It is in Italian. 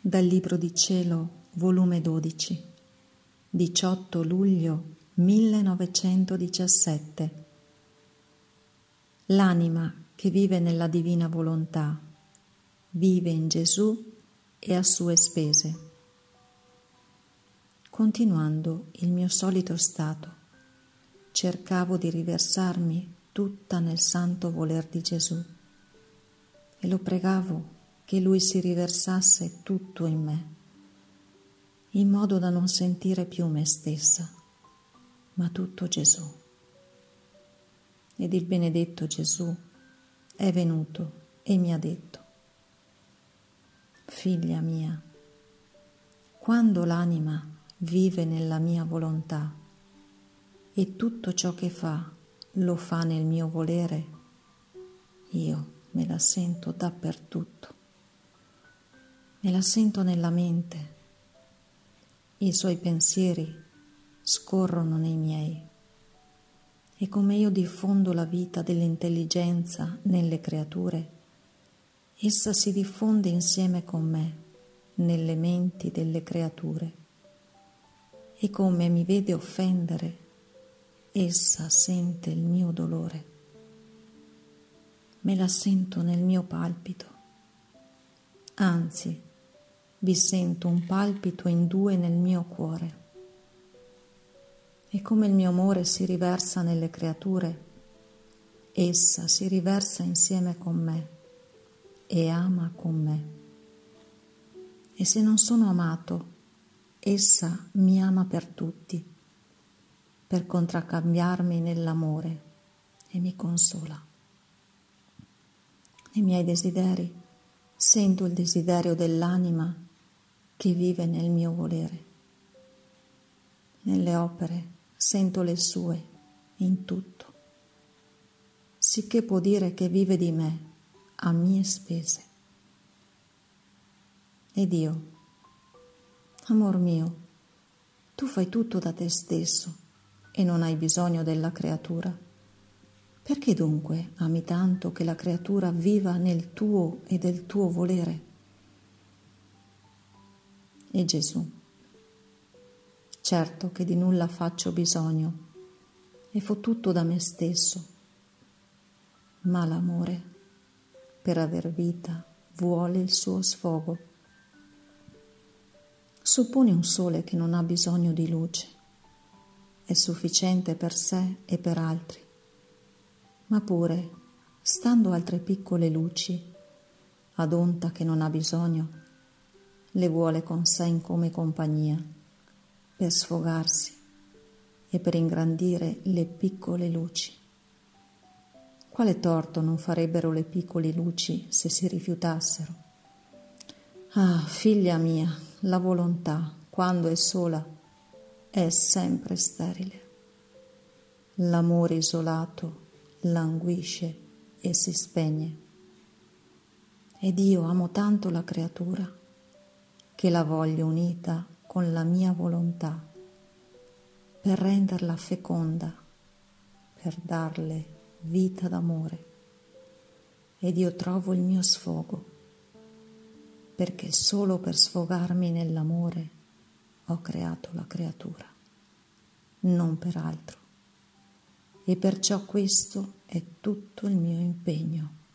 Dal Libro di Cielo, volume 12, 18 luglio 1917. L'anima che vive nella divina volontà vive in Gesù e a sue spese. Continuando il mio solito stato, cercavo di riversarmi tutta nel santo voler di Gesù e lo pregavo che Lui si riversasse tutto in me, in modo da non sentire più me stessa, ma tutto Gesù. Ed il benedetto Gesù è venuto e mi ha detto: figlia mia, quando l'anima vive nella mia volontà e tutto ciò che fa lo fa nel mio volere, io me la sento dappertutto. Me la sento nella mente, i suoi pensieri scorrono nei miei e come io diffondo la vita dell'intelligenza nelle creature, essa si diffonde insieme con me nelle menti delle creature e come mi vede offendere, essa sente il mio dolore. Me la sento nel mio palpito, anzi, vi sento un palpito in due nel mio cuore. E come il mio amore si riversa nelle creature, essa si riversa insieme con me e ama con me. E se non sono amato, essa mi ama per tutti, per contraccambiarmi nell'amore e mi consola. Nei miei desideri sento il desiderio dell'anima che vive nel mio volere. Nelle opere sento le sue in tutto, sicché può dire che vive di me a mie spese. Ed io, amor mio, tu fai tutto da te stesso e non hai bisogno della creatura. Perché dunque ami tanto che la creatura viva nel tuo e del tuo volere? E Gesù: certo che di nulla faccio bisogno e fo tutto da me stesso, ma l'amore, per aver vita, vuole il suo sfogo. Supponi un sole che non ha bisogno di luce, è sufficiente per sé e per altri, ma pure, stando altre piccole luci, ad onta che non ha bisogno, le vuole con sé come compagnia, per sfogarsi e per ingrandire le piccole luci. Quale torto non farebbero le piccole luci se si rifiutassero? Ah, figlia mia, la volontà, quando è sola, è sempre sterile. L'amore isolato languisce e si spegne. Ed io amo tanto la creatura che la voglio unita con la mia volontà per renderla feconda, per darle vita d'amore. Ed io trovo il mio sfogo, perché solo per sfogarmi nell'amore ho creato la creatura, non per altro. E perciò questo è tutto il mio impegno.